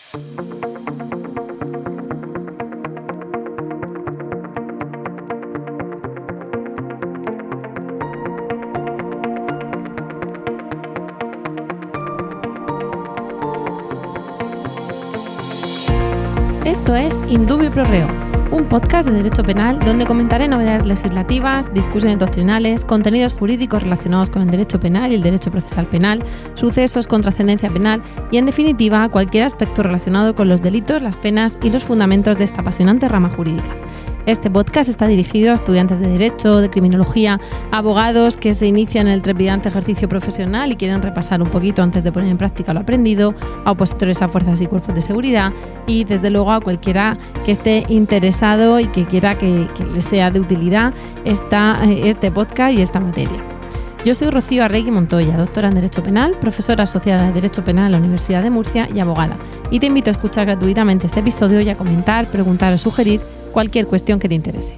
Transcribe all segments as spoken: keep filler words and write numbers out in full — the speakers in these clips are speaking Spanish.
Esto es Indubio Pro Reo, un podcast de Derecho Penal donde comentaré novedades legislativas, discusiones doctrinales, contenidos jurídicos relacionados con el Derecho Penal y el Derecho Procesal Penal, sucesos con trascendencia penal y, en definitiva, cualquier aspecto relacionado con los delitos, las penas y los fundamentos de esta apasionante rama jurídica. Este podcast está dirigido a estudiantes de Derecho, de Criminología, abogados que se inician en el trepidante ejercicio profesional y quieren repasar un poquito antes de poner en práctica lo aprendido, a opositores a fuerzas y cuerpos de seguridad y, desde luego, a cualquiera que esté interesado y que quiera que, que le sea de utilidad esta, este podcast y esta materia. Yo soy Rocío Arregui Montoya, doctora en Derecho Penal, profesora asociada de Derecho Penal en la Universidad de Murcia y abogada. Y te invito a escuchar gratuitamente este episodio y a comentar, preguntar o sugerir cualquier cuestión que te interese.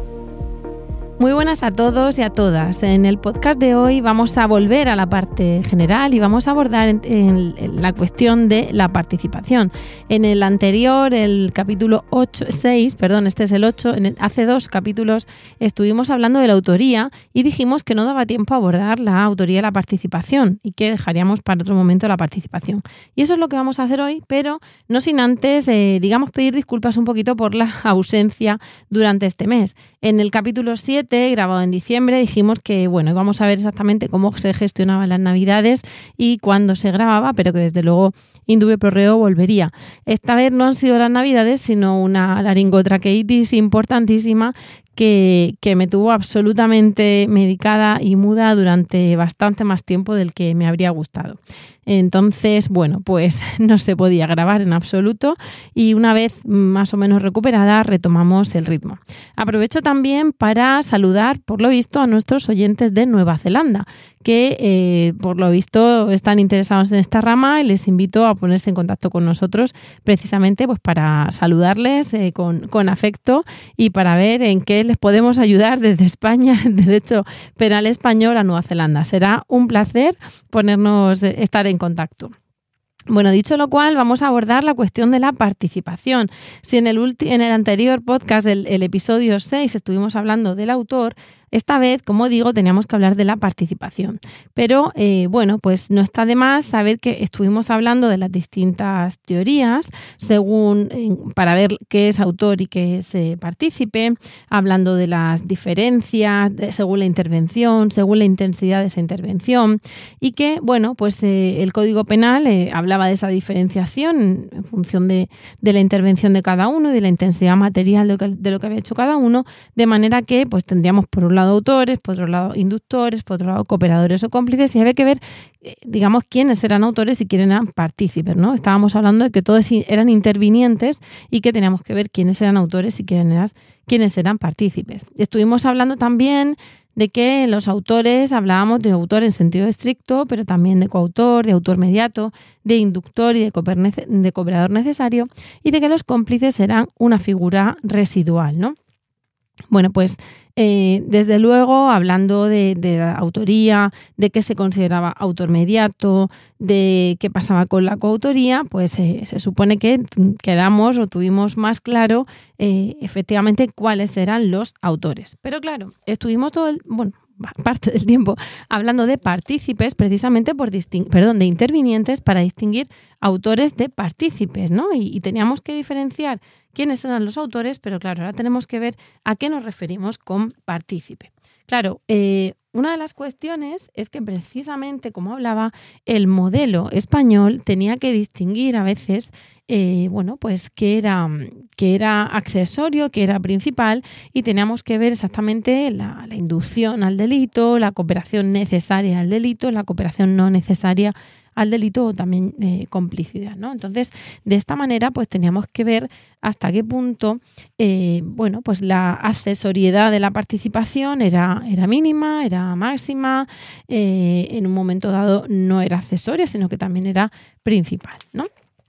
Muy buenas a todos y a todas. En el podcast de hoy vamos a volver a la parte general y vamos a abordar en, en, en la cuestión de la participación. En el anterior, el capítulo ocho, seis, perdón, este es el ocho, en el, hace dos capítulos estuvimos hablando de la autoría y dijimos que no daba tiempo a abordar la autoría y la participación y que dejaríamos para otro momento la participación. Y eso es lo que vamos a hacer hoy, pero no sin antes, eh, digamos, pedir disculpas un poquito por la ausencia durante este mes. En el capítulo siete, grabado en diciembre, dijimos que bueno, íbamos a ver exactamente cómo se gestionaban las Navidades y cuándo se grababa, pero que desde luego Indubio Pro Reo volvería. Esta vez no han sido las Navidades, sino una laringotraqueitis importantísima que, que me tuvo absolutamente medicada y muda durante bastante más tiempo del que me habría gustado. Entonces, bueno, pues no se podía grabar en absoluto y una vez más o menos recuperada retomamos el ritmo. Aprovecho también para saludar, por lo visto, a nuestros oyentes de Nueva Zelanda, que eh, por lo visto están interesados en esta rama y les invito a ponerse en contacto con nosotros precisamente pues para saludarles eh, con, con afecto y para ver en qué les podemos ayudar desde España, en Derecho Penal Español a Nueva Zelanda. Será un placer ponernos, eh, estar en contacto. Bueno, dicho lo cual, vamos a abordar la cuestión de la participación. Si en el, ulti- en el anterior podcast, el, el episodio seis, estuvimos hablando del autor, esta vez, como digo, teníamos que hablar de la participación. Pero, eh, bueno, pues no está de más saber que estuvimos hablando de las distintas teorías según eh, para ver qué es autor y qué es eh, partícipe, hablando de las diferencias de, según la intervención, según la intensidad de esa intervención y que, bueno, pues eh, el Código Penal eh, hablaba de esa diferenciación en función de, de la intervención de cada uno y de la intensidad material de lo que, de lo que había hecho cada uno, de manera que pues tendríamos por un lado autores, por otro lado inductores, por otro lado cooperadores o cómplices y había que ver, eh, digamos, quiénes eran autores y quiénes eran partícipes, ¿no? Estábamos hablando de que todos eran intervinientes y que teníamos que ver quiénes eran autores y quiénes eran, quiénes eran partícipes. Estuvimos hablando también de que los autores, hablábamos de autor en sentido estricto, pero también de coautor, de autor mediato, de inductor y de, cooper- de cooperador necesario y de que los cómplices eran una figura residual, ¿no? Bueno, pues eh, desde luego, hablando de, de la autoría, de qué se consideraba autor mediato, de qué pasaba con la coautoría, pues eh, se supone que quedamos o tuvimos más claro eh, efectivamente cuáles eran los autores. Pero claro, estuvimos todo el... bueno, parte del tiempo hablando de partícipes precisamente por disting- perdón, de intervinientes para distinguir autores de partícipes, ¿no? Y, y teníamos que diferenciar quiénes eran los autores, pero claro, ahora tenemos que ver a qué nos referimos con partícipe. Claro, eh, una de las cuestiones es que precisamente, como hablaba, el modelo español tenía que distinguir a veces, eh, bueno, pues qué era, qué era accesorio, qué era principal y teníamos que ver exactamente la, la inducción al delito, la cooperación necesaria al delito, la cooperación no necesaria al delito o también eh, complicidad, ¿no? Entonces, de esta manera, pues teníamos que ver hasta qué punto, eh, bueno, pues la accesoriedad de la participación era, era mínima, era máxima, eh, en un momento dado no era accesoria, sino que también era principal, ¿no?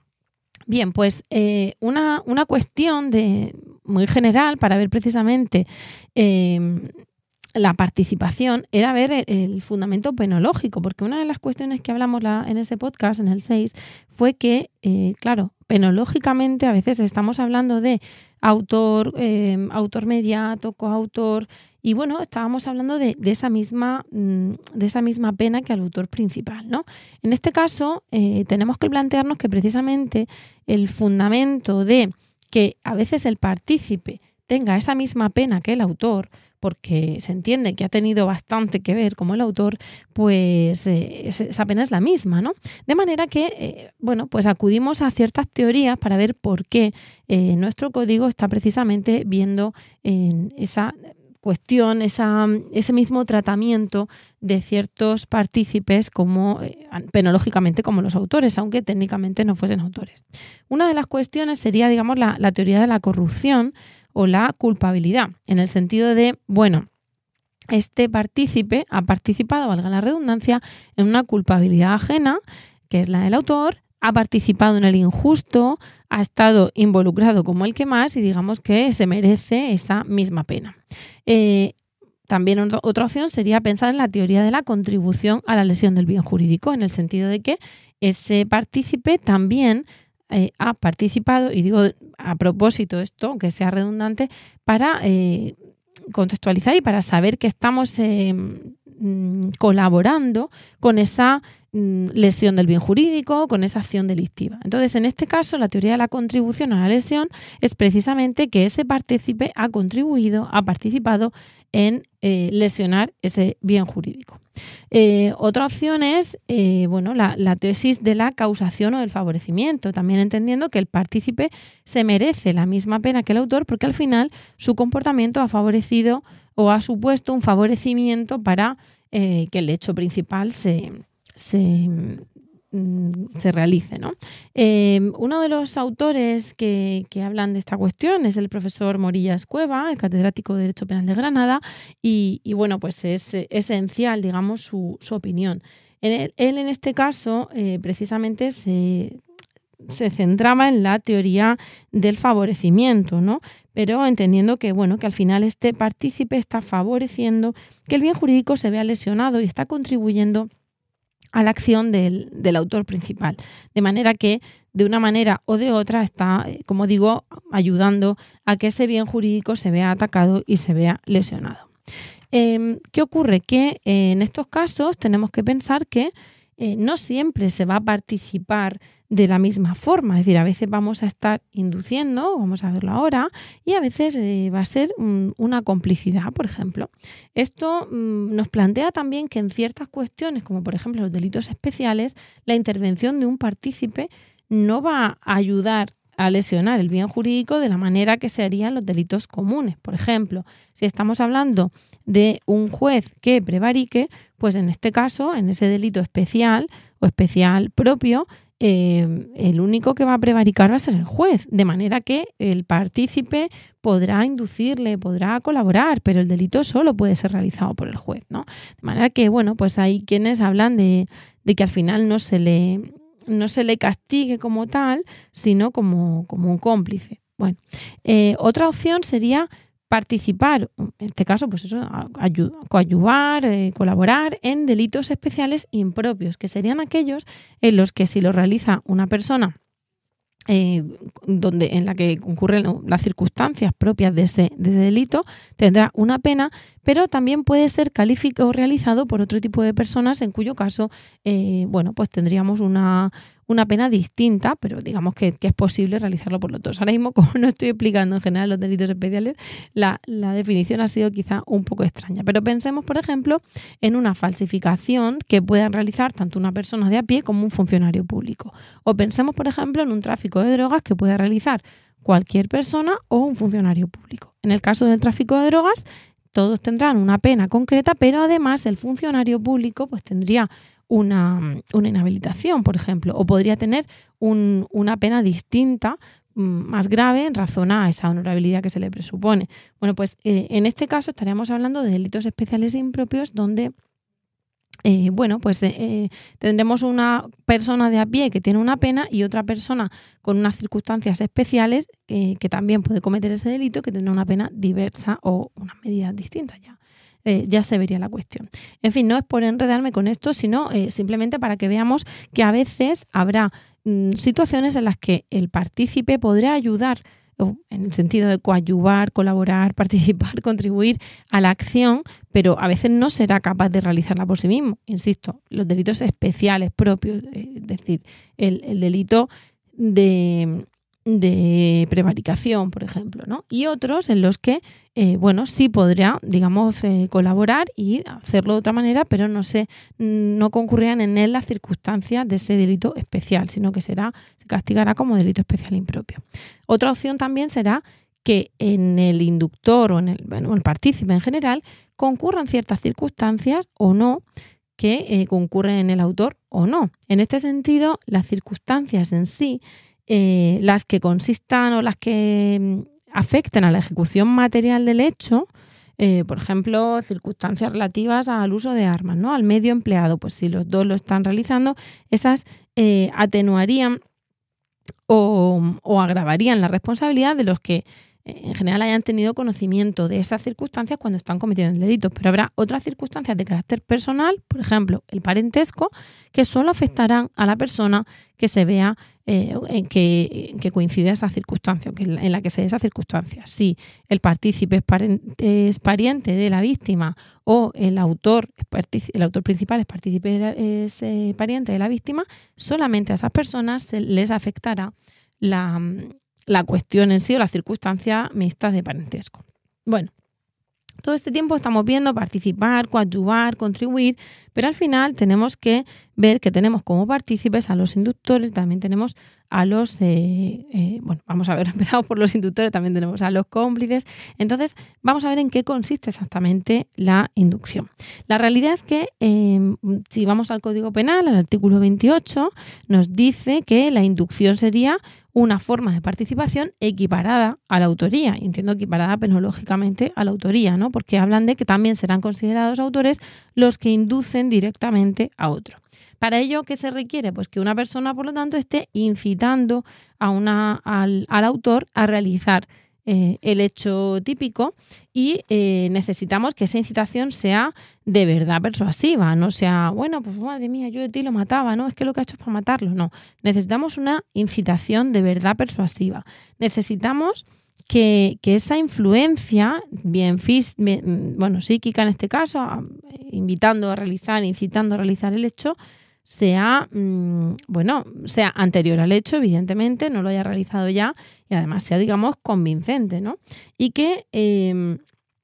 Bien, pues eh, una, una cuestión de, muy general para ver precisamente eh, la participación era ver el, el fundamento penológico, porque una de las cuestiones que hablamos la, en ese podcast, en el seis, fue que, eh, claro, penológicamente a veces estamos hablando de autor, eh, autor mediato, coautor, y bueno, estábamos hablando de, de, esa misma, de esa misma pena que al autor principal, ¿no? En este caso, eh, tenemos que plantearnos que precisamente el fundamento de que a veces el partícipe tenga esa misma pena que el autor, porque se entiende que ha tenido bastante que ver como el autor, pues eh, esa pena es la misma, ¿no? De manera que, eh, bueno, pues acudimos a ciertas teorías para ver por qué eh, nuestro código está precisamente viendo en esa cuestión, esa, ese mismo tratamiento de ciertos partícipes como eh, penológicamente como los autores, aunque técnicamente no fuesen autores. Una de las cuestiones sería, digamos, la, la teoría de la corrupción o la culpabilidad, en el sentido de, bueno, este partícipe ha participado, valga la redundancia, en una culpabilidad ajena, que es la del autor, ha participado en el injusto, ha estado involucrado como el que más y digamos que se merece esa misma pena. Eh, también otra, otra opción sería pensar en la teoría de la contribución a la lesión del bien jurídico, en el sentido de que ese partícipe también Eh, ha participado, y digo a propósito esto, aunque sea redundante, para eh, contextualizar y para saber que estamos eh, mm, colaborando con esa mm, lesión del bien jurídico, con esa acción delictiva. Entonces, en este caso, la teoría de la contribución a la lesión es precisamente que ese partícipe ha contribuido, ha participado en eh, lesionar ese bien jurídico. Eh, otra opción es eh, bueno, la, la tesis de la causación o del favorecimiento, también entendiendo que el partícipe se merece la misma pena que el autor porque al final su comportamiento ha favorecido o ha supuesto un favorecimiento para eh, que el hecho principal se, se, se realice, ¿no? Eh, uno de los autores que, que hablan de esta cuestión es el profesor Morillas Cueva, el catedrático de Derecho Penal de Granada, y, y bueno, pues es esencial, digamos, su, su opinión. Él, él en este caso eh, precisamente se, se centraba en la teoría del favorecimiento, ¿no? Pero entendiendo que, bueno, que al final este partícipe está favoreciendo que el bien jurídico se vea lesionado y está contribuyendo a la acción del, del autor principal. De manera que, de una manera o de otra, está, como digo, ayudando a que ese bien jurídico se vea atacado y se vea lesionado. Eh, ¿Qué ocurre? Que eh, en estos casos tenemos que pensar que eh, no siempre se va a participar de la misma forma. Es decir, a veces vamos a estar induciendo, vamos a verlo ahora, y a veces eh, va a ser um, una complicidad, por ejemplo. Esto um, nos plantea también que en ciertas cuestiones, como por ejemplo los delitos especiales, la intervención de un partícipe no va a ayudar a lesionar el bien jurídico de la manera que se harían los delitos comunes. Por ejemplo, si estamos hablando de un juez que prevarique, pues en este caso, en ese delito especial o especial propio, Eh, el único que va a prevaricar va a ser el juez, de manera que el partícipe podrá inducirle, podrá colaborar, pero el delito solo puede ser realizado por el juez, ¿no? De manera que, bueno, pues hay quienes hablan de, de que al final no se le, no se le castigue como tal, sino como, como un cómplice. Bueno, eh, otra opción sería participar, en este caso, pues eso, coadyuvar, eh, colaborar en delitos especiales impropios, que serían aquellos en los que si lo realiza una persona eh, donde, en la que concurren las circunstancias propias de ese, de ese delito, tendrá una pena, pero también puede ser calificado o realizado por otro tipo de personas, en cuyo caso, eh, bueno, pues tendríamos una, una pena distinta, pero digamos que, que es posible realizarlo por los dos. Ahora mismo, como no estoy explicando en general los delitos especiales, la, la definición ha sido quizá un poco extraña. Pero pensemos, por ejemplo, en una falsificación que puedan realizar tanto una persona de a pie como un funcionario público. O pensemos, por ejemplo, en un tráfico de drogas que puede realizar cualquier persona o un funcionario público. En el caso del tráfico de drogas, todos tendrán una pena concreta, pero además el funcionario público pues tendría una, una inhabilitación, por ejemplo, o podría tener un, una pena distinta, más grave en razón a esa honorabilidad que se le presupone. Bueno, pues eh, en este caso estaríamos hablando de delitos especiales e impropios donde Eh, bueno, pues eh, tendremos una persona de a pie que tiene una pena y otra persona con unas circunstancias especiales eh, que también puede cometer ese delito, que tendrá una pena diversa o unas medidas distintas ya. Eh, ya se vería la cuestión. En fin, no es por enredarme con esto, sino eh, simplemente para que veamos que a veces habrá mm, situaciones en las que el partícipe podrá ayudar, en el sentido de coadyuvar, colaborar, participar, contribuir a la acción, pero a veces no será capaz de realizarla por sí mismo. Insisto, los delitos especiales propios, es decir, el, el delito de, de prevaricación, por ejemplo, ¿no? Y otros en los que, eh, bueno, sí podrá, digamos, eh, colaborar y hacerlo de otra manera, pero no se, no concurrirán en él las circunstancias de ese delito especial, sino que será, se castigará como delito especial impropio. Otra opción también será que en el inductor o en el, bueno, el partícipe en general concurran ciertas circunstancias o no que eh, concurren en el autor o no. En este sentido, las circunstancias en sí, eh, las que consistan o las que afecten a la ejecución material del hecho, eh, por ejemplo, circunstancias relativas al uso de armas, ¿no? Al medio empleado, pues si los dos lo están realizando, esas eh, atenuarían O, o agravarían la responsabilidad de los que en general hayan tenido conocimiento de esas circunstancias cuando están cometiendo el delito. Pero habrá otras circunstancias de carácter personal, por ejemplo, el parentesco, que solo afectarán a la persona que se vea eh, en, que, en que coincide esa circunstancia, que en la que se dé esa circunstancia. Si el partícipe es, parente, es pariente de la víctima o el autor, el autor principal es, partícipe de la, es eh, pariente de la víctima, solamente a esas personas se les afectará la, la cuestión en sí o las circunstancias mixtas de parentesco. Bueno, todo este tiempo estamos viendo participar, coadyuvar, contribuir, pero al final tenemos que ver que tenemos como partícipes a los inductores, también tenemos a los, eh, eh, bueno, vamos a ver, empezamos por los inductores, también tenemos a los cómplices. Entonces, vamos a ver en qué consiste exactamente la inducción. La realidad es que, eh, si vamos al Código Penal, al artículo veintiocho, nos dice que la inducción sería una forma de participación equiparada a la autoría. Y entiendo equiparada penológicamente a la autoría, ¿no? Porque hablan de que también serán considerados autores los que inducen directamente a otro. Para ello, ¿qué se requiere? Pues que una persona, por lo tanto, esté incitando a una, al, al autor a realizar eh, el hecho típico y eh, necesitamos que esa incitación sea de verdad persuasiva, no sea, bueno, pues madre mía, yo de ti lo mataba, ¿no? Es que lo que ha hecho es para matarlo. No, necesitamos una incitación de verdad persuasiva. Necesitamos que, que esa influencia, bien, fis, bien, bueno, psíquica en este caso, invitando a realizar, incitando a realizar el hecho, sea, mmm, bueno, sea anterior al hecho, evidentemente, no lo haya realizado ya y además sea, digamos, convincente, ¿no? Y que eh,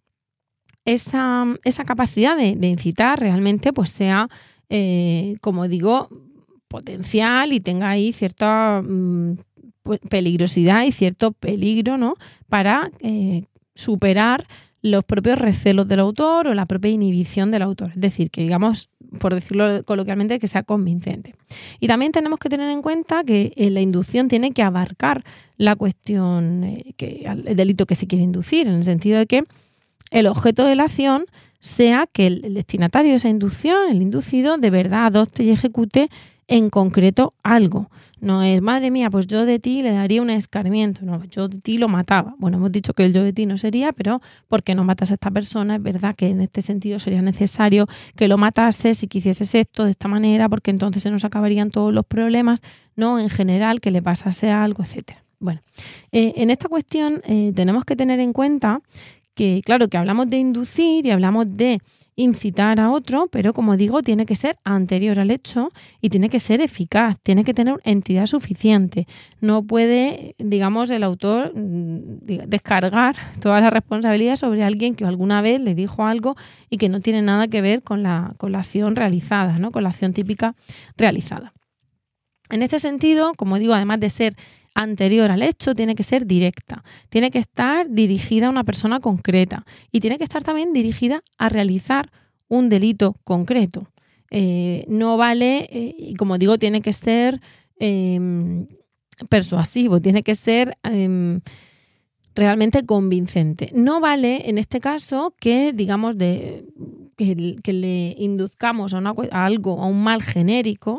esa, esa capacidad de, de incitar realmente pues sea, eh, como digo, potencial y tenga ahí cierta mmm, peligrosidad y cierto peligro, ¿no? Para eh, superar los propios recelos del autor o la propia inhibición del autor. Es decir, que digamos, por decirlo coloquialmente, que sea convincente. Y también tenemos que tener en cuenta que eh, la inducción tiene que abarcar la cuestión, eh, que, el delito que se quiere inducir, en el sentido de que el objeto de la acción sea que el, el destinatario de esa inducción, el inducido, de verdad adopte y ejecute en concreto algo. No es, madre mía, pues yo de ti le daría un escarmiento. No, yo de ti lo mataba. Bueno, hemos dicho que el yo de ti no sería, pero porque no matas a esta persona, es verdad que en este sentido sería necesario que lo matases y que hicieses esto de esta manera, porque entonces se nos acabarían todos los problemas, ¿no? En general, que le pasase algo, etcétera. Bueno, eh, en esta cuestión eh, tenemos que tener en cuenta que, claro, que hablamos de inducir y hablamos de incitar a otro, pero como digo, tiene que ser anterior al hecho y tiene que ser eficaz, tiene que tener entidad suficiente. No puede, digamos, el autor descargar toda la responsabilidad sobre alguien que alguna vez le dijo algo y que no tiene nada que ver con la, con la acción realizada, ¿no? Con la acción típica realizada. En este sentido, como digo, además de ser anterior al hecho, tiene que ser directa, tiene que estar dirigida a una persona concreta y tiene que estar también dirigida a realizar un delito concreto. Eh, no vale, eh, y como digo, tiene que ser eh, persuasivo, tiene que ser eh, realmente convincente. No vale en este caso que, digamos, de, que, que le induzcamos a, una, a algo, a un mal genérico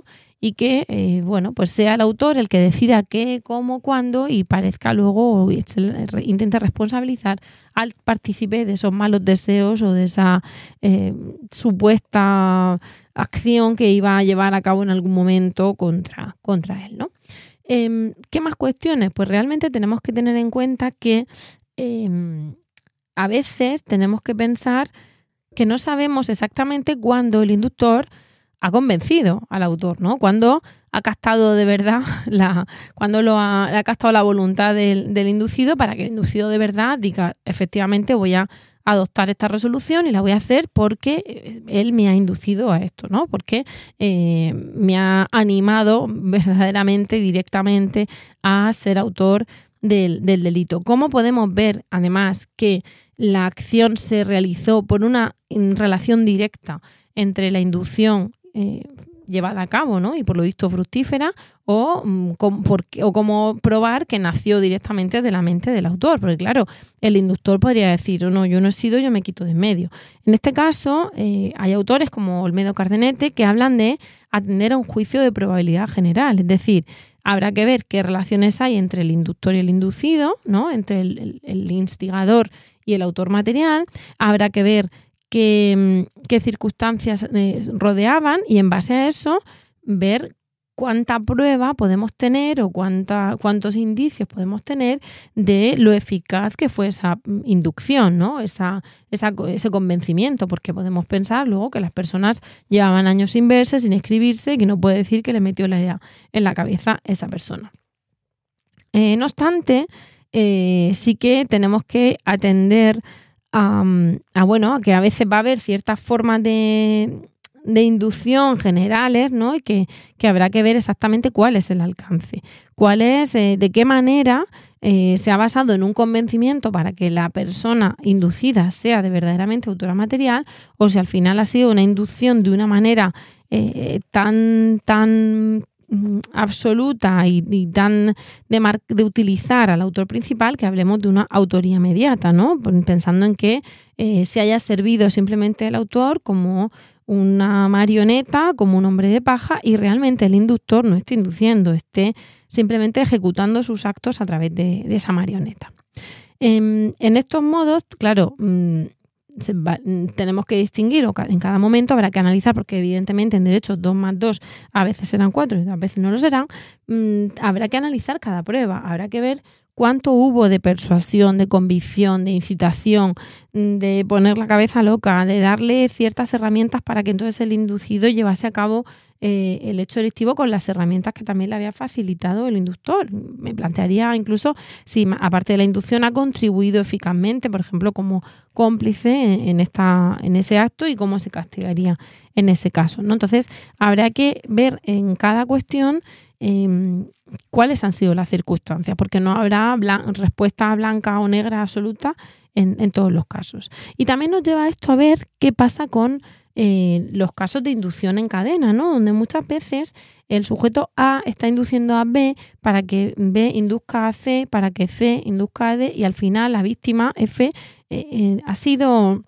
y que, eh, bueno, pues sea el autor el que decida qué, cómo, cuándo y parezca luego, y intente responsabilizar al partícipe de esos malos deseos o de esa eh, supuesta acción que iba a llevar a cabo en algún momento contra, contra él, ¿no? Eh, ¿Qué más cuestiones? Pues realmente tenemos que tener en cuenta que eh, a veces tenemos que pensar que no sabemos exactamente cuándo el inductor ha convencido al autor, ¿no? Cuándo ha captado de verdad, la, cuándo lo ha, ha captado la voluntad del, del inducido para que el inducido de verdad diga, efectivamente voy a adoptar esta resolución y la voy a hacer porque él me ha inducido a esto, ¿no? Porque eh, me ha animado verdaderamente, directamente a ser autor del, del delito. ¿Cómo podemos ver, además, que la acción se realizó por una relación directa entre la inducción eh, llevada a cabo, ¿no? Y por lo visto fructífera, o, com, por, o cómo probar que nació directamente de la mente del autor? Porque claro, el inductor podría decir, oh, no, yo no he sido, yo me quito de en medio. En este caso, eh, hay autores como Olmedo Cardenete que hablan de atender a un juicio de probabilidad general, es decir, habrá que ver qué relaciones hay entre el inductor y el inducido, ¿no? Entre el, el, el instigador y el autor material. Habrá que ver qué, qué circunstancias eh, rodeaban y en base a eso ver cuánta prueba podemos tener o cuánta, cuántos indicios podemos tener de lo eficaz que fue esa inducción, ¿no? Esa, esa, ese convencimiento, porque podemos pensar luego que las personas llevaban años sin verse, sin escribirse, y que no puede decir que le metió la idea en la cabeza esa persona. Eh, no obstante, eh, sí que tenemos que atender a, a, bueno, a que a veces va a haber ciertas formas de... de inducción generales, ¿no? Y que, que habrá que ver exactamente cuál es el alcance, cuál es, eh, de qué manera eh, se ha basado en un convencimiento para que la persona inducida sea de verdaderamente autora material, o si al final ha sido una inducción de una manera eh, tan, tan absoluta y, y tan de, mar- de utilizar al autor principal que hablemos de una autoría inmediata, ¿no? Pensando en que eh, se haya servido simplemente el autor como una marioneta, como un hombre de paja, y realmente el inductor no esté induciendo, esté simplemente ejecutando sus actos a través de, de esa marioneta. En, en estos modos, claro, se va, tenemos que distinguir, o en cada momento habrá que analizar, porque evidentemente en derecho dos más dos a veces serán cuatro y a veces no lo serán, habrá que analizar cada prueba, habrá que ver cuánto hubo de persuasión, de convicción, de incitación, de poner la cabeza loca, de darle ciertas herramientas para que entonces el inducido llevase a cabo eh, el hecho delictivo con las herramientas que también le había facilitado el inductor. Me plantearía incluso si, aparte de la inducción, ha contribuido eficazmente, por ejemplo, como cómplice en, esta, en ese acto y cómo se castigaría en ese caso, ¿no? Entonces, habrá que ver en cada cuestión eh, cuáles han sido las circunstancias, porque no habrá blan- respuesta blanca o negra absoluta en, en todos los casos. Y también nos lleva esto a ver qué pasa con eh, los casos de inducción en cadena, ¿no? Donde muchas veces el sujeto A está induciendo a B para que B induzca a C, para que C induzca a D, y al final la víctima F eh, eh, ha sido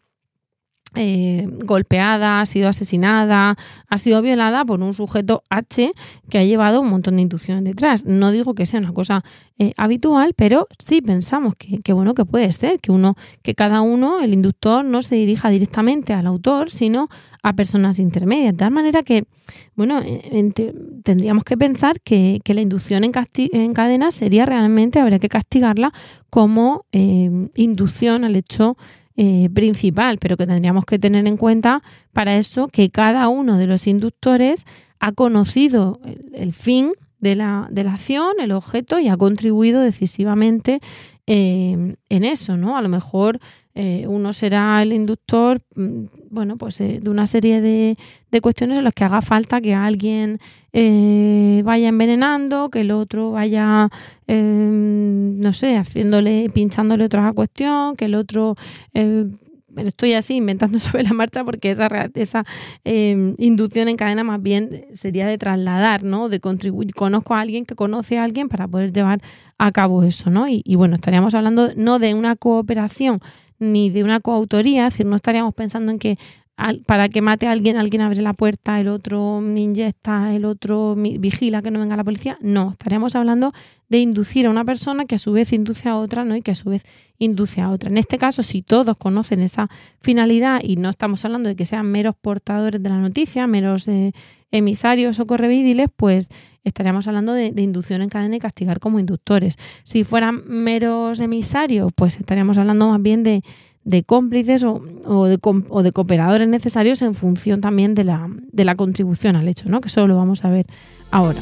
Eh, golpeada, ha sido asesinada, ha sido violada por un sujeto H que ha llevado un montón de inducciones detrás. No digo que sea una cosa eh, habitual, pero sí pensamos que, que bueno que puede ser que uno, que cada uno, el inductor, no se dirija directamente al autor, sino a personas intermedias. De tal manera que, bueno, en te, tendríamos que pensar que, que la inducción en, casti- en cadena sería realmente, habría que castigarla como eh, inducción al hecho Eh, principal, pero que tendríamos que tener en cuenta para eso que cada uno de los inductores ha conocido el, el fin de la, de la acción, el objeto, y ha contribuido decisivamente eh, en eso, ¿no? A lo mejor eh, uno será el inductor, bueno, pues eh, de una serie de, de cuestiones en las que haga falta que alguien eh, vaya envenenando, que el otro vaya, eh, no sé, haciéndole, pinchándole otra cuestión, que el otro... Eh, estoy así inventando sobre la marcha porque esa, esa eh, inducción en cadena más bien sería de trasladar, ¿no? De contribuir. Conozco a alguien que conoce a alguien para poder llevar a cabo eso, ¿no? Y, y bueno, estaríamos hablando no de una cooperación ni de una coautoría, es decir, no estaríamos pensando en que al, para que mate a alguien, alguien abre la puerta, el otro me inyecta, el otro me vigila que no venga la policía. No, estaríamos hablando de inducir a una persona que a su vez induce a otra, ¿no? Y que a su vez induce a otra. En este caso, si todos conocen esa finalidad y no estamos hablando de que sean meros portadores de la noticia, meros eh, emisarios o correveidores, pues estaríamos hablando de, de inducción en cadena y castigar como inductores. Si fueran meros emisarios, pues estaríamos hablando más bien de de cómplices o, o, de, o de cooperadores necesarios en función también de la, de la contribución al hecho, ¿no? Que eso lo vamos a ver ahora.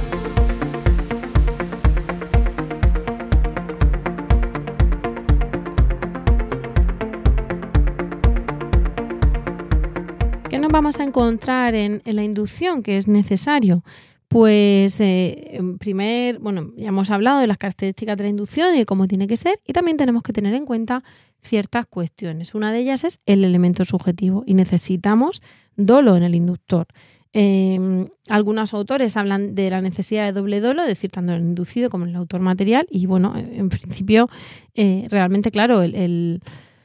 ¿Qué nos vamos a encontrar en, en la inducción que es necesario? Pues, eh, en primer, bueno, ya hemos hablado de las características de la inducción y de cómo tiene que ser, y también tenemos que tener en cuenta ciertas cuestiones. Una de ellas es el elemento subjetivo y necesitamos dolo en el inductor. Eh, algunos autores hablan de la necesidad de doble dolo, es decir, tanto en el inducido como en el autor material, y bueno, en principio, eh, realmente, claro, el, el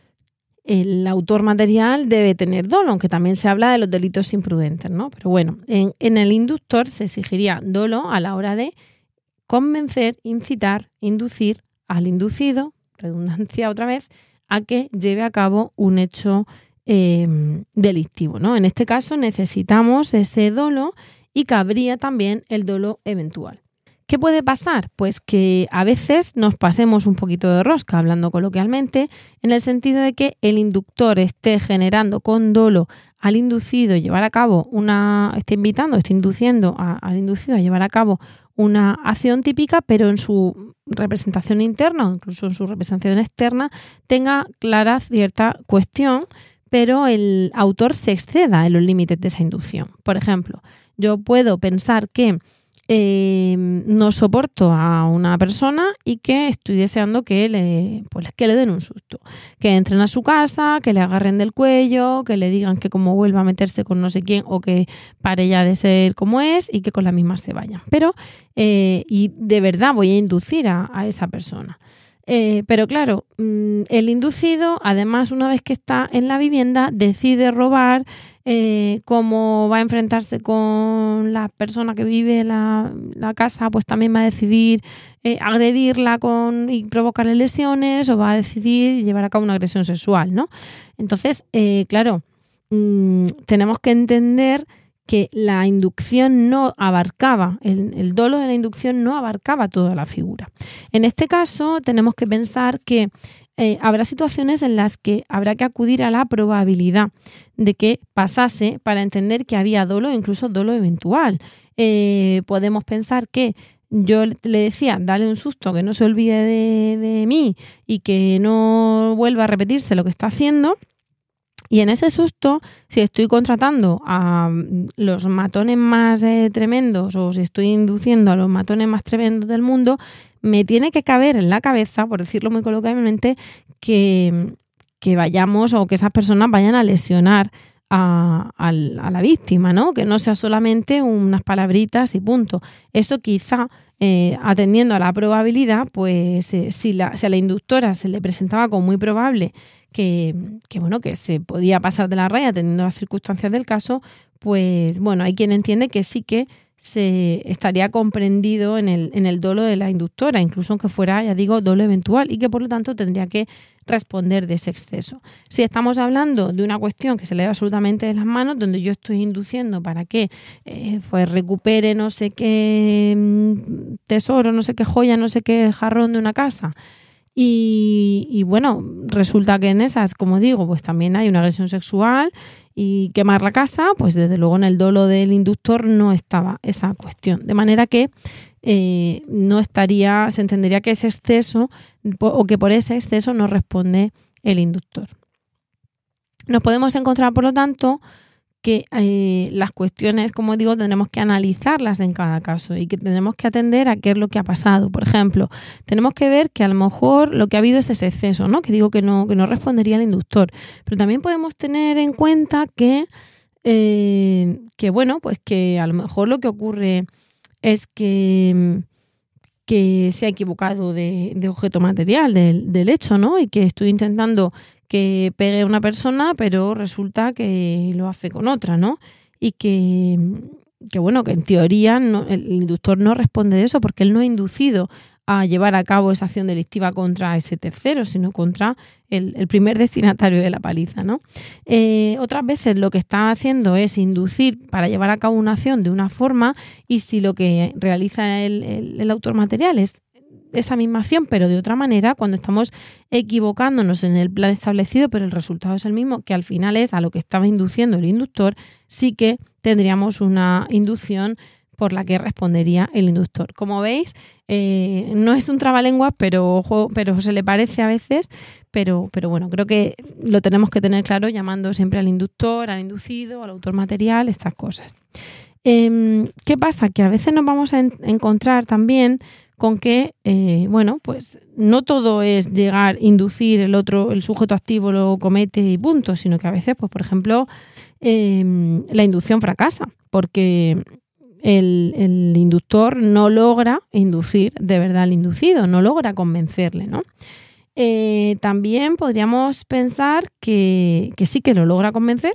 El autor material debe tener dolo, aunque también se habla de los delitos imprudentes, ¿no? Pero bueno, en, en el inductor se exigiría dolo a la hora de convencer, incitar, inducir al inducido, redundancia otra vez, a que lleve a cabo un hecho eh, delictivo, ¿no? En este caso necesitamos ese dolo y cabría también el dolo eventual. ¿Qué puede pasar? Pues que a veces nos pasemos un poquito de rosca, hablando coloquialmente, en el sentido de que el inductor esté generando con dolo al inducido llevar a cabo una, esté invitando, esté induciendo a, al inducido a llevar a cabo una acción típica, pero en su representación interna o incluso en su representación externa tenga clara cierta cuestión, pero el autor se exceda en los límites de esa inducción. Por ejemplo, yo puedo pensar que Eh, no soporto a una persona y que estoy deseando que le, pues, que le den un susto, que entren a su casa, que le agarren del cuello, que le digan que como vuelva a meterse con no sé quién o que pare ya de ser como es y que con la misma se vayan. Pero, eh, y de verdad voy a inducir a, a esa persona. Eh, pero claro, el inducido, además, una vez que está en la vivienda, decide robar. Eh, cómo va a enfrentarse con la persona que vive en la, la casa, pues también va a decidir eh, agredirla con, y provocarle lesiones, o va a decidir llevar a cabo una agresión sexual, ¿no? Entonces, eh, claro, mmm, tenemos que entender que la inducción no abarcaba, el, el dolo de la inducción no abarcaba toda la figura. En este caso, tenemos que pensar que Eh, habrá situaciones en las que habrá que acudir a la probabilidad de que pasase para entender que había dolo, incluso dolo eventual. Eh, podemos pensar que yo le decía, dale un susto, que no se olvide de, de mí y que no vuelva a repetirse lo que está haciendo. Y en ese susto, si estoy contratando a los matones más eh, tremendos o si estoy induciendo a los matones más tremendos del mundo, me tiene que caber en la cabeza, por decirlo muy coloquialmente, que, que vayamos o que esas personas vayan a lesionar a, a, a la víctima, ¿no? Que no sea solamente unas palabritas y punto. Eso quizá, eh, atendiendo a la probabilidad, pues eh, si, la, si a la inductora se le presentaba como muy probable que, que, bueno, que se podía pasar de la raya atendiendo a las circunstancias del caso, pues bueno, hay quien entiende que sí que se estaría comprendido en el, en el dolo de la inductora, incluso aunque fuera, ya digo, dolo eventual, y que por lo tanto tendría que responder de ese exceso. Si estamos hablando de una cuestión que se le da absolutamente de las manos, donde yo estoy induciendo para que eh, pues recupere no sé qué tesoro, no sé qué joya, no sé qué jarrón de una casa, y, y bueno, resulta que en esas, como digo, pues también hay una agresión sexual y quemar la casa, pues desde luego en el dolo del inductor no estaba esa cuestión. De manera que eh, no estaría, se entendería que ese exceso o que por ese exceso no responde el inductor. Nos podemos encontrar, por lo tanto, que eh, las cuestiones, como digo, tendremos que analizarlas en cada caso y que tenemos que atender a qué es lo que ha pasado. Por ejemplo, tenemos que ver que a lo mejor lo que ha habido es ese exceso, ¿no? Que digo que no, que no respondería al inductor. Pero también podemos tener en cuenta que, eh, que, bueno, pues que a lo mejor lo que ocurre es que, que se ha equivocado de, de objeto material del, del hecho, ¿no? Y que estoy intentando que pegue a una persona, pero resulta que lo hace con otra, ¿no? Y que, que bueno, que en teoría no, el inductor no responde de eso porque él no ha inducido a llevar a cabo esa acción delictiva contra ese tercero, sino contra el, el primer destinatario de la paliza, ¿no? Eh, otras veces lo que está haciendo es inducir para llevar a cabo una acción de una forma, y si lo que realiza el, el, el autor material es esa misma acción, pero de otra manera, cuando estamos equivocándonos en el plan establecido, pero el resultado es el mismo, que al final es a lo que estaba induciendo el inductor, sí que tendríamos una inducción por la que respondería el inductor. Como veis, eh, no es un trabalenguas, pero, pero se le parece a veces, pero, pero bueno, creo que lo tenemos que tener claro llamando siempre al inductor, al inducido, al autor material, estas cosas. Eh, ¿Qué pasa? Que a veces nos vamos a en- encontrar también con que, eh, bueno, pues no todo es llegar, inducir, el otro, el sujeto activo lo comete y punto, sino que a veces, pues por ejemplo, eh, la inducción fracasa, porque El, el inductor no logra inducir de verdad al inducido, no logra convencerle, ¿no? Eh, también podríamos pensar que, que sí que lo logra convencer,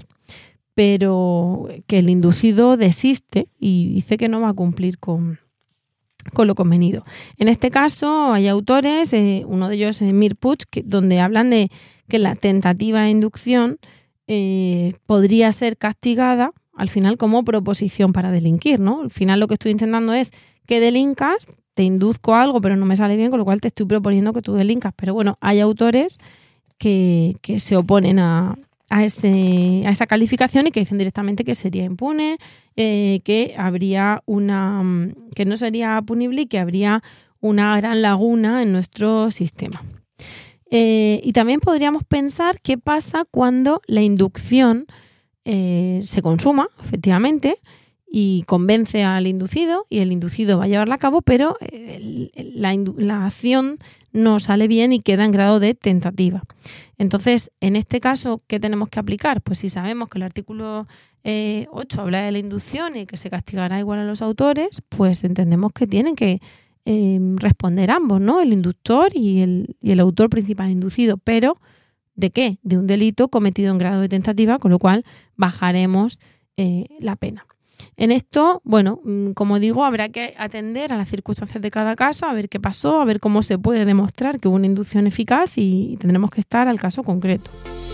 pero que el inducido desiste y dice que no va a cumplir con, con lo convenido. En este caso hay autores, eh, uno de ellos es Mir Puig, que, donde hablan de que la tentativa de inducción eh, podría ser castigada al final como proposición para delinquir, ¿no? Al final lo que estoy intentando es que delincas, te induzco a algo pero no me sale bien, con lo cual te estoy proponiendo que tú delincas. Pero bueno, hay autores que, que se oponen a, a, ese, a esa calificación y que dicen directamente que sería impune, eh, que habría una, que no sería punible y que habría una gran laguna en nuestro sistema. Eh, y también podríamos pensar qué pasa cuando la inducción Eh, se consuma, efectivamente, y convence al inducido, y el inducido va a llevarla a cabo, pero el, la, la acción no sale bien y queda en grado de tentativa. Entonces, en este caso, ¿qué tenemos que aplicar? Pues si sabemos que el artículo eh, ocho habla de la inducción y que se castigará igual a los autores, pues entendemos que tienen que eh, responder ambos, ¿no? El inductor y el, y el autor principal inducido, pero ¿de qué? De un delito cometido en grado de tentativa, con lo cual bajaremos eh, la pena. En esto, bueno, como digo, habrá que atender a las circunstancias de cada caso, a ver qué pasó, a ver cómo se puede demostrar que hubo una inducción eficaz y tendremos que estar al caso concreto.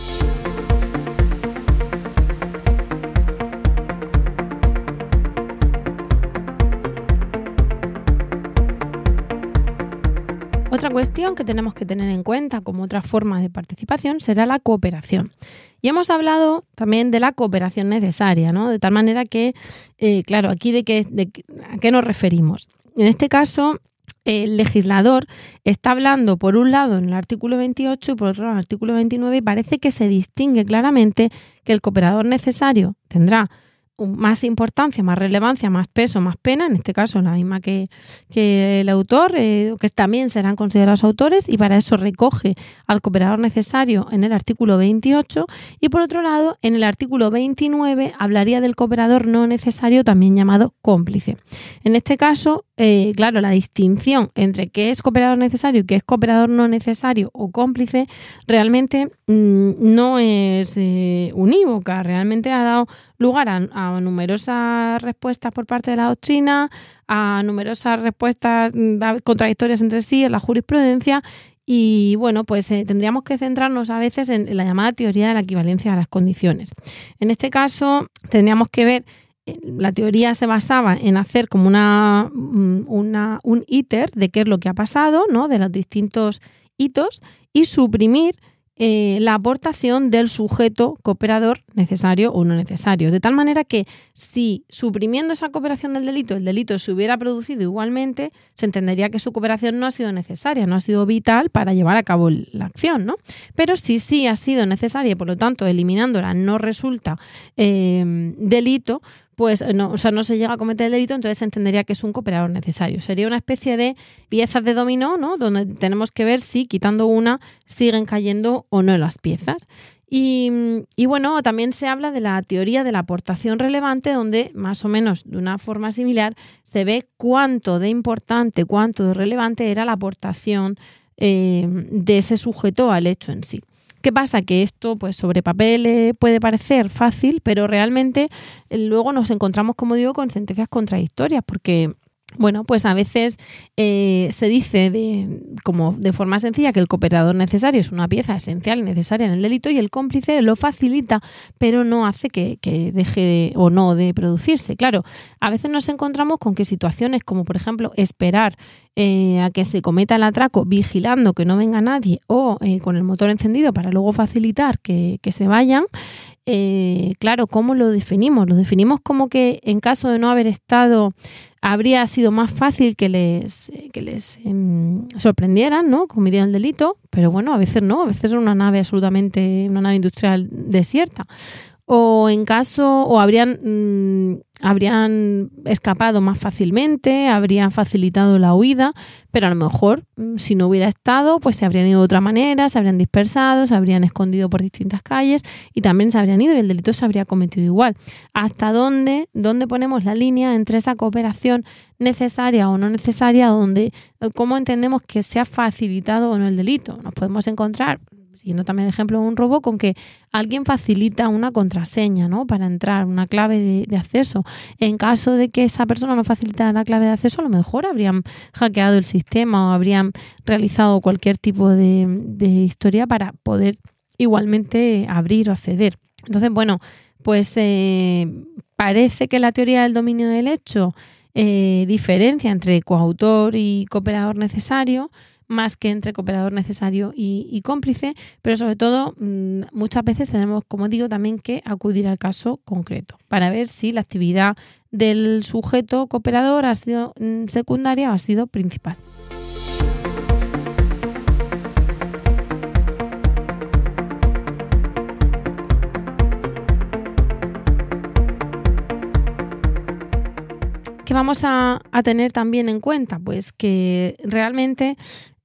Otra cuestión que tenemos que tener en cuenta como otra forma de participación será la cooperación. Y hemos hablado también de la cooperación necesaria, ¿no? De tal manera que, eh, claro, aquí de qué, de a qué nos referimos. En este caso, el legislador está hablando, por un lado, en el artículo veintiocho y por otro lado, en el artículo veintinueve, y parece que se distingue claramente que el cooperador necesario tendrá más importancia, más relevancia, más peso, más pena, en este caso la misma que, que el autor, eh, que también serán considerados autores, y para eso recoge al cooperador necesario en el artículo veintiocho, y por otro lado, en el artículo veintinueve hablaría del cooperador no necesario, también llamado cómplice. En este caso, eh, claro, la distinción entre qué es cooperador necesario y qué es cooperador no necesario o cómplice realmente mmm, no es eh, unívoca, realmente ha dado lugar a, a numerosas respuestas por parte de la doctrina, a numerosas respuestas contradictorias entre sí en la jurisprudencia, y bueno, pues eh, tendríamos que centrarnos a veces en, en la llamada teoría de la equivalencia de las condiciones. En este caso tendríamos que ver, eh, la teoría se basaba en hacer como una, una, un íter de qué es lo que ha pasado, ¿no? De los distintos hitos, y suprimir Eh, la aportación del sujeto cooperador necesario o no necesario. De tal manera que si suprimiendo esa cooperación del delito, el delito se hubiera producido igualmente, se entendería que su cooperación no ha sido necesaria, no ha sido vital para llevar a cabo la acción, ¿no? Pero si sí ha sido necesaria y por lo tanto eliminándola no resulta eh, delito, pues no, o sea, no se llega a cometer el delito, entonces se entendería que es un cooperador necesario. Sería una especie de piezas de dominó, ¿no? Donde tenemos que ver si quitando una siguen cayendo o no las piezas. Y, y bueno, también se habla de la teoría de la aportación relevante, donde más o menos de una forma similar se ve cuánto de importante, cuánto de relevante era la aportación eh, de ese sujeto al hecho en sí. ¿Qué pasa? Que esto pues sobre papel eh, puede parecer fácil, pero realmente eh, luego nos encontramos, como digo, con sentencias contradictorias, porque bueno, pues a veces eh, se dice de, como de forma sencilla que el cooperador necesario es una pieza esencial y necesaria en el delito y el cómplice lo facilita, pero no hace que, que deje de, o no de producirse. Claro, a veces nos encontramos con que situaciones como, por ejemplo, esperar eh, a que se cometa el atraco vigilando que no venga nadie o eh, con el motor encendido para luego facilitar que, que se vayan. Eh, claro, ¿cómo lo definimos? Lo definimos como que en caso de no haber estado habría sido más fácil que les, que les eh, sorprendieran, ¿no? Cometieran el delito, pero bueno, a veces no, a veces es una nave absolutamente, una nave industrial desierta. O en caso, o habrían, mmm, habrían escapado más fácilmente, habrían facilitado la huida, pero a lo mejor mmm, si no hubiera estado, pues se habrían ido de otra manera, se habrían dispersado, se habrían escondido por distintas calles y también se habrían ido y el delito se habría cometido igual. ¿Hasta dónde, dónde ponemos la línea entre esa cooperación necesaria o no necesaria, donde, cómo entendemos que se ha facilitado o no el delito? Nos podemos encontrar, siguiendo también el ejemplo de un robo, con que alguien facilita una contraseña, ¿no? Para entrar, una clave de, de acceso. En caso de que esa persona no facilitara la clave de acceso, a lo mejor habrían hackeado el sistema o habrían realizado cualquier tipo de, de historia para poder igualmente abrir o acceder. Entonces, bueno, pues eh, parece que la teoría del dominio del hecho eh, diferencia entre coautor y cooperador necesario, más que entre cooperador necesario y, y cómplice, pero sobre todo mmm, muchas veces tenemos, como digo, también que acudir al caso concreto para ver si la actividad del sujeto cooperador ha sido mmm, secundaria o ha sido principal. ¿Qué vamos a, a tener también en cuenta? Pues que realmente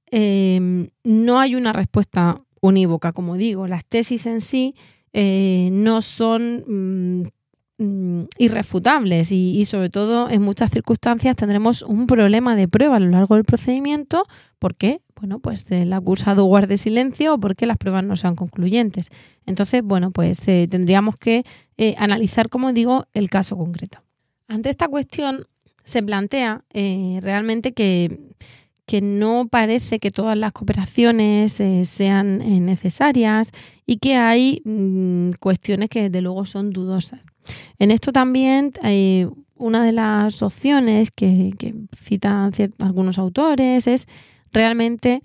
Eh, no hay una respuesta unívoca, como digo. Las tesis en sí eh, no son mm, mm, irrefutables y, y sobre todo en muchas circunstancias tendremos un problema de prueba a lo largo del procedimiento. ¿Por qué? Bueno, pues el acusado guarde silencio o porque las pruebas no sean concluyentes. Entonces, bueno, pues eh, tendríamos que eh, analizar, como digo, el caso concreto. Ante esta cuestión se plantea eh, realmente que que no parece que todas las cooperaciones eh, sean eh, necesarias y que hay mmm, cuestiones que desde luego son dudosas. En esto también eh, una de las opciones que, que citan algunos autores es realmente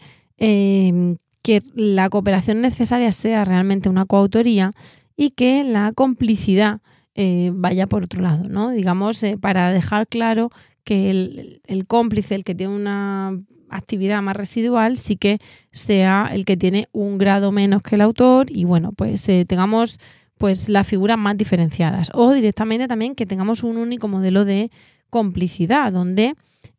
eh, que la cooperación necesaria sea realmente una coautoría y que la complicidad eh, vaya por otro lado, ¿no? Digamos, eh, para dejar claro que el, el cómplice, el que tiene una actividad más residual, sí que sea el que tiene un grado menos que el autor y bueno, pues eh, tengamos pues las figuras más diferenciadas o directamente también que tengamos un único modelo de complicidad donde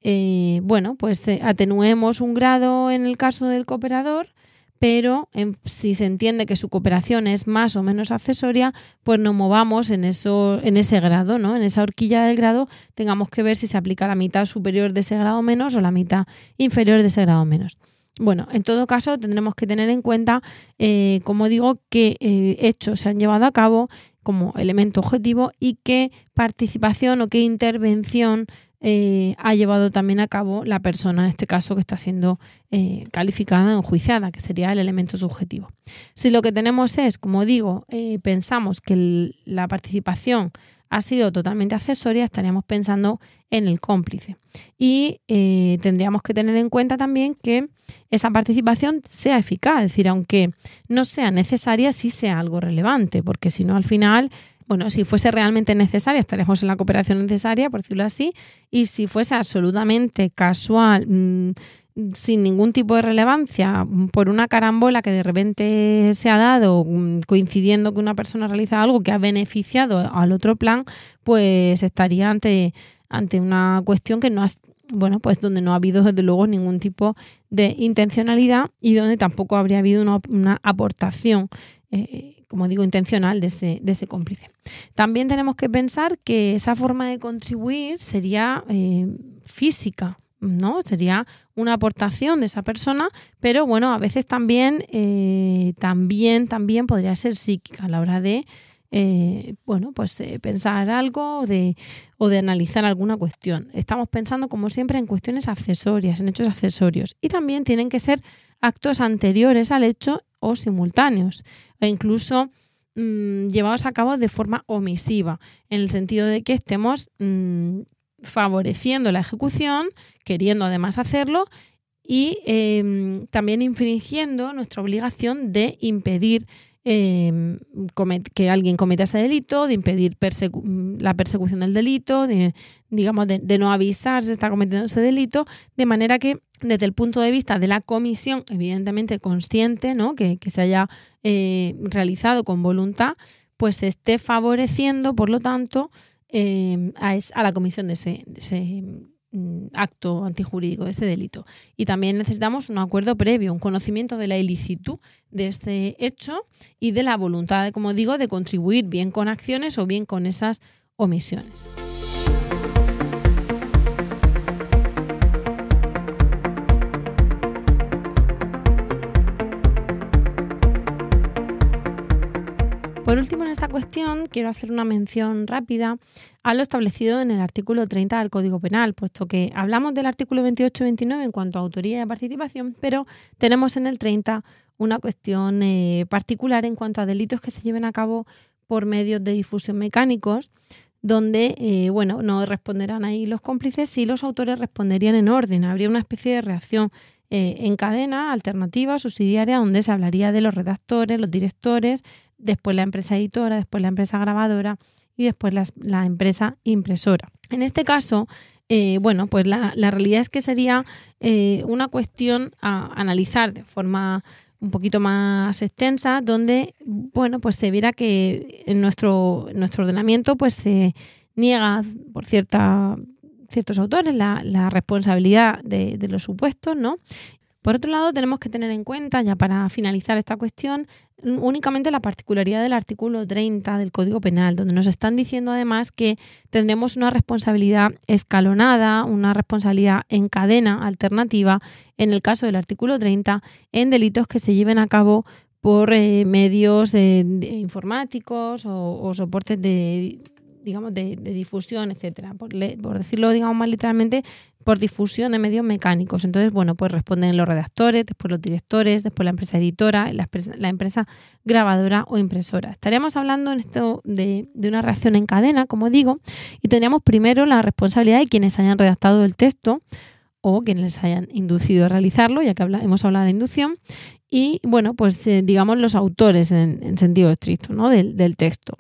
eh, bueno, pues eh, atenuemos un grado en el caso del cooperador, pero en, si se entiende que su cooperación es más o menos accesoria, pues nos movamos en eso, en ese grado, ¿no? En esa horquilla del grado tengamos que ver si se aplica la mitad superior de ese grado menos o la mitad inferior de ese grado menos. Bueno, en todo caso tendremos que tener en cuenta, eh, como digo, qué eh, hechos se han llevado a cabo como elemento objetivo y qué participación o qué intervención Eh, ha llevado también a cabo la persona, en este caso, que está siendo eh, calificada o enjuiciada, que sería el elemento subjetivo. Si lo que tenemos es, como digo, eh, pensamos que el, la participación ha sido totalmente accesoria, estaríamos pensando en el cómplice. Y eh, tendríamos que tener en cuenta también que esa participación sea eficaz, es decir, aunque no sea necesaria, sí sea algo relevante, porque si no, al final... Bueno, si fuese realmente necesaria, estaríamos en la cooperación necesaria, por decirlo así, y si fuese absolutamente casual, mmm, sin ningún tipo de relevancia, por una carambola que de repente se ha dado, mmm, coincidiendo que una persona realiza algo que ha beneficiado al otro plan, pues estaría ante, ante una cuestión que no ha, bueno, pues donde no ha habido desde luego ningún tipo de intencionalidad y donde tampoco habría habido una, una aportación eh, como digo, intencional de ese, de ese cómplice. También tenemos que pensar que esa forma de contribuir sería eh, física, ¿no? Sería una aportación de esa persona, pero bueno, a veces también, eh, también, también podría ser psíquica a la hora de eh, bueno, pues eh, pensar algo o de, o de analizar alguna cuestión. Estamos pensando, como siempre, en cuestiones accesorias, en hechos accesorios. Y también tienen que ser actos anteriores al hecho o simultáneos, o incluso mmm, llevados a cabo de forma omisiva, en el sentido de que estemos mmm, favoreciendo la ejecución, queriendo además hacerlo y eh, también infringiendo nuestra obligación de impedir eh, comet- que alguien cometa ese delito, de impedir persecu- la persecución del delito, de, digamos, de, de no avisar si se está cometiendo ese delito, de manera que desde el punto de vista de la comisión, evidentemente consciente, ¿no? que, que se haya eh, realizado con voluntad, pues se esté favoreciendo, por lo tanto, eh, a, es, a la comisión de ese, de ese mm, acto antijurídico, de ese delito. Y también necesitamos un acuerdo previo, un conocimiento de la ilicitud de este hecho y de la voluntad, como digo, de contribuir bien con acciones o bien con esas omisiones. Por último, en esta cuestión, quiero hacer una mención rápida a lo establecido en el artículo treinta del Código Penal, puesto que hablamos del artículo veintiocho y veintinueve en cuanto a autoría y participación, pero tenemos en el treinta una cuestión eh, particular en cuanto a delitos que se lleven a cabo por medios de difusión mecánicos, donde eh, bueno, no responderán ahí los cómplices y los autores responderían en orden. Habría una especie de reacción eh, en cadena, alternativa, subsidiaria, donde se hablaría de los redactores, los directores, después la empresa editora, después la empresa grabadora y después la, la empresa impresora. En este caso, eh, bueno, pues la, la realidad es que sería eh, una cuestión a analizar de forma un poquito más extensa, donde, bueno, pues se viera que en nuestro, en nuestro ordenamiento pues se niega por cierta, ciertos autores la, la responsabilidad de, de los supuestos, ¿no? Por otro lado, tenemos que tener en cuenta, ya para finalizar esta cuestión, únicamente la particularidad del artículo treinta del Código Penal, donde nos están diciendo además que tendremos una responsabilidad escalonada, una responsabilidad en cadena alternativa, en el caso del artículo treinta, en delitos que se lleven a cabo por eh, medios de, de informáticos o, o soportes de, digamos, de, de difusión, etcétera. Por, por decirlo, digamos, más literalmente, por difusión de medios mecánicos. Entonces, bueno, pues responden los redactores, después los directores, después la empresa editora, la, la empresa grabadora o impresora. Estaríamos hablando en esto de, de una reacción en cadena, como digo, y tendríamos primero la responsabilidad de quienes hayan redactado el texto o quienes les hayan inducido a realizarlo, ya que habla, hemos hablado de la inducción, y, bueno, pues eh, digamos los autores en, en sentido estricto, ¿no? del, del texto.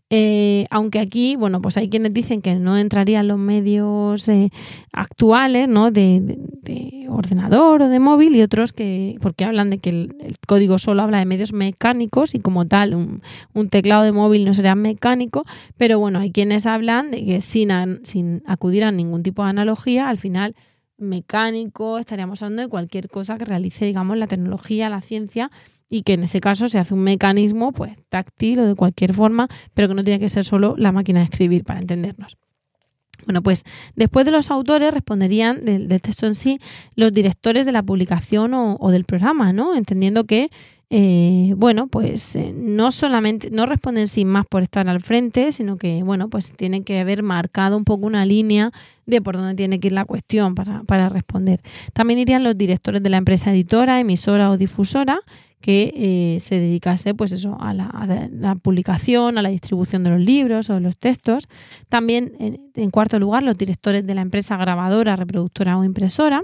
Eh, aunque aquí, bueno, pues hay quienes dicen que no entrarían los medios eh, actuales, ¿no? de, de, de ordenador o de móvil, y otros que, porque hablan de que el, el código solo habla de medios mecánicos y como tal un, un teclado de móvil no sería mecánico, pero bueno, hay quienes hablan de que sin, an, sin acudir a ningún tipo de analogía, al final mecánico, estaríamos hablando de cualquier cosa que realice, digamos, la tecnología, la ciencia, y que en ese caso se hace un mecanismo pues táctil o de cualquier forma, pero que no tiene que ser solo la máquina de escribir, para entendernos. Bueno, pues después de los autores responderían del, del texto en sí los directores de la publicación o, o del programa, ¿no? Entendiendo que Eh, bueno, pues eh, no solamente, no responden sin más por estar al frente, sino que, bueno, pues tienen que haber marcado un poco una línea de por dónde tiene que ir la cuestión para, para responder. También irían los directores de la empresa editora, emisora o difusora que eh, se dedicase, pues eso, a la, a la publicación, a la distribución de los libros o de los textos. También, en, en cuarto lugar, los directores de la empresa grabadora, reproductora o impresora.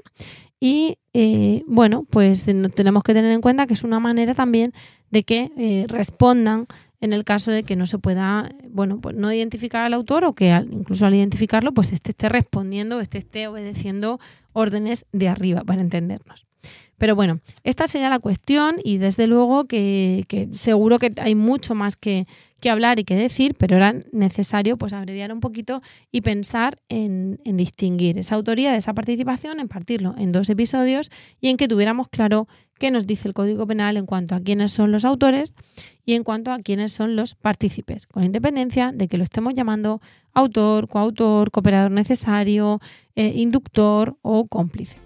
Y, eh, bueno, pues tenemos que tener en cuenta que es una manera también de que eh, respondan en el caso de que no se pueda, bueno, pues no identificar al autor o que al, incluso al identificarlo, pues este esté respondiendo, este esté obedeciendo órdenes de arriba, para entendernos. Pero bueno, esta sería la cuestión y desde luego que, que seguro que hay mucho más que, que hablar y que decir, pero era necesario pues abreviar un poquito y pensar en, en distinguir esa autoría de esa participación, en partirlo en dos episodios y en que tuviéramos claro qué nos dice el Código Penal en cuanto a quiénes son los autores y en cuanto a quiénes son los partícipes, con independencia de que lo estemos llamando autor, coautor, cooperador necesario, eh, inductor o cómplice.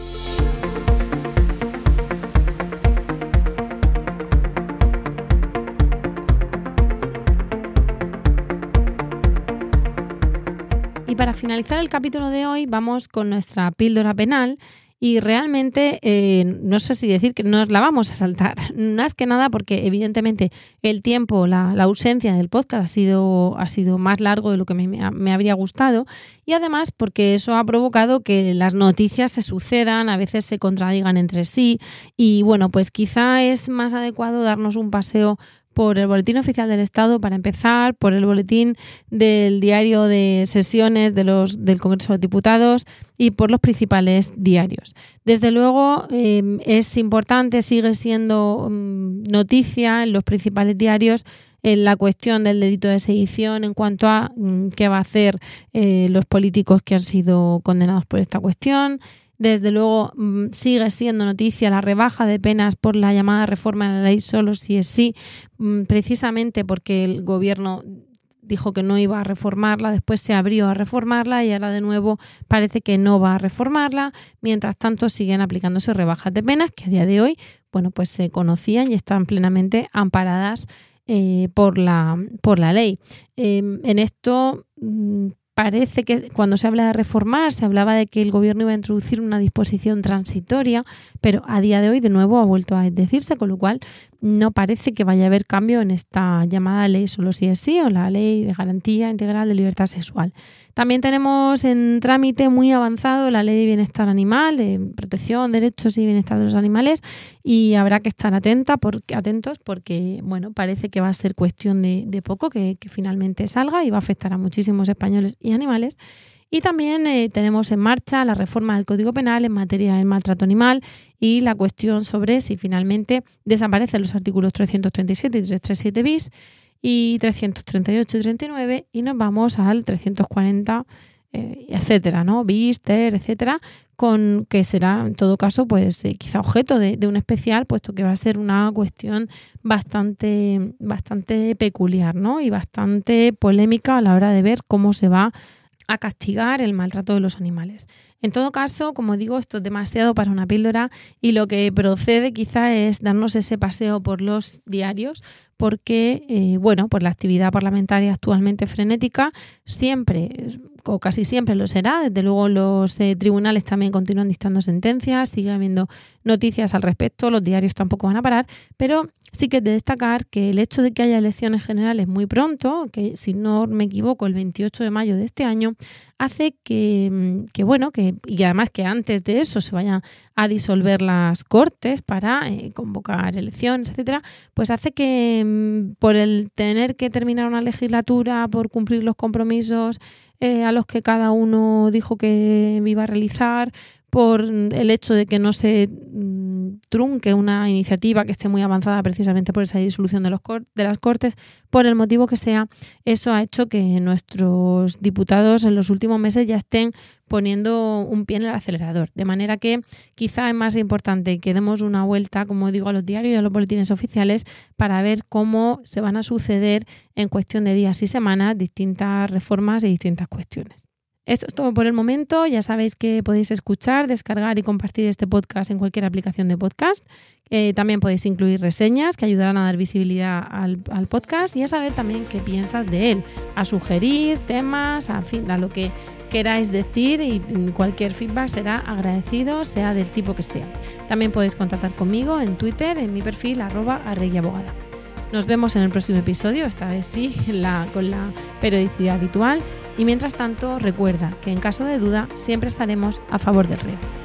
Y para finalizar el capítulo de hoy vamos con nuestra píldora penal y realmente eh, no sé si decir que nos la vamos a saltar, más que nada porque evidentemente el tiempo, la, la ausencia del podcast ha sido, ha sido más largo de lo que me, me habría gustado y además porque eso ha provocado que las noticias se sucedan, a veces se contradigan entre sí y bueno, pues quizá es más adecuado darnos un paseo por el Boletín Oficial del Estado para empezar, por el boletín del diario de sesiones de los, del Congreso de los Diputados y por los principales diarios. Desde luego eh, es importante, sigue siendo um, noticia en los principales diarios en la cuestión del delito de sedición en cuanto a um, qué va a hacer eh, los políticos que han sido condenados por esta cuestión. Desde luego sigue siendo noticia la rebaja de penas por la llamada reforma de la ley solo si es sí, precisamente porque el gobierno dijo que no iba a reformarla, después se abrió a reformarla y ahora de nuevo parece que no va a reformarla. Mientras tanto siguen aplicándose rebajas de penas que a día de hoy bueno, pues se conocían y están plenamente amparadas eh, por la, por la ley. Eh, en esto parece que cuando se habla de reformar se hablaba de que el gobierno iba a introducir una disposición transitoria, pero a día de hoy de nuevo ha vuelto a decirse, con lo cual no parece que vaya a haber cambio en esta llamada ley solo si es sí o la ley de garantía integral de libertad sexual. También tenemos en trámite muy avanzado la ley de bienestar animal, de protección, derechos y bienestar de los animales y habrá que estar atenta porque, atentos porque bueno, parece que va a ser cuestión de, de poco que, que finalmente salga y va a afectar a muchísimos españoles y animales. Y también eh, tenemos en marcha la reforma del Código Penal en materia del maltrato animal y la cuestión sobre si finalmente desaparecen los artículos trescientos treinta y siete y trescientos treinta y siete bis y trescientos treinta y ocho y treinta y nueve y nos vamos al trescientos cuarenta, eh, etcétera, ¿no? Bis, ter, etcétera, con que será en todo caso pues eh, quizá objeto de, de un especial, puesto que va a ser una cuestión bastante, bastante peculiar, ¿no? Y bastante polémica a la hora de ver cómo se va a castigar el maltrato de los animales. En todo caso, como digo, esto es demasiado para una píldora y lo que procede quizá es darnos ese paseo por los diarios porque, eh, bueno, pues la actividad parlamentaria actualmente frenética siempre, o casi siempre lo será. Desde luego los eh, tribunales también continúan dictando sentencias, sigue habiendo noticias al respecto, los diarios tampoco van a parar, pero sí que es de destacar que el hecho de que haya elecciones generales muy pronto, que si no me equivoco el veintiocho de mayo de este año, hace que, que bueno, que y además que antes de eso se vayan a disolver las Cortes para eh, convocar elecciones, etcétera, pues hace que por el tener que terminar una legislatura, por cumplir los compromisos eh, a los que cada uno dijo que iba a realizar, por el hecho de que no se mmm, trunque una iniciativa que esté muy avanzada precisamente por esa disolución de, los cor- de las Cortes, por el motivo que sea, eso ha hecho que nuestros diputados en los últimos meses ya estén poniendo un pie en el acelerador. De manera que quizá es más importante que demos una vuelta, como digo, a los diarios y a los boletines oficiales para ver cómo se van a suceder en cuestión de días y semanas distintas reformas y distintas cuestiones. Esto es todo por el momento. Ya sabéis que podéis escuchar, descargar y compartir este podcast en cualquier aplicación de podcast. Eh, también podéis incluir reseñas que ayudarán a dar visibilidad al, al podcast y a saber también qué piensas de él, a sugerir temas, a, fin, a lo que queráis decir y cualquier feedback será agradecido, sea del tipo que sea. También podéis contactar conmigo en Twitter, en mi perfil arroba arreguiabogada. Nos vemos en el próximo episodio, esta vez sí, la, con la periodicidad habitual. Y mientras tanto, recuerda que en caso de duda siempre estaremos a favor del reo.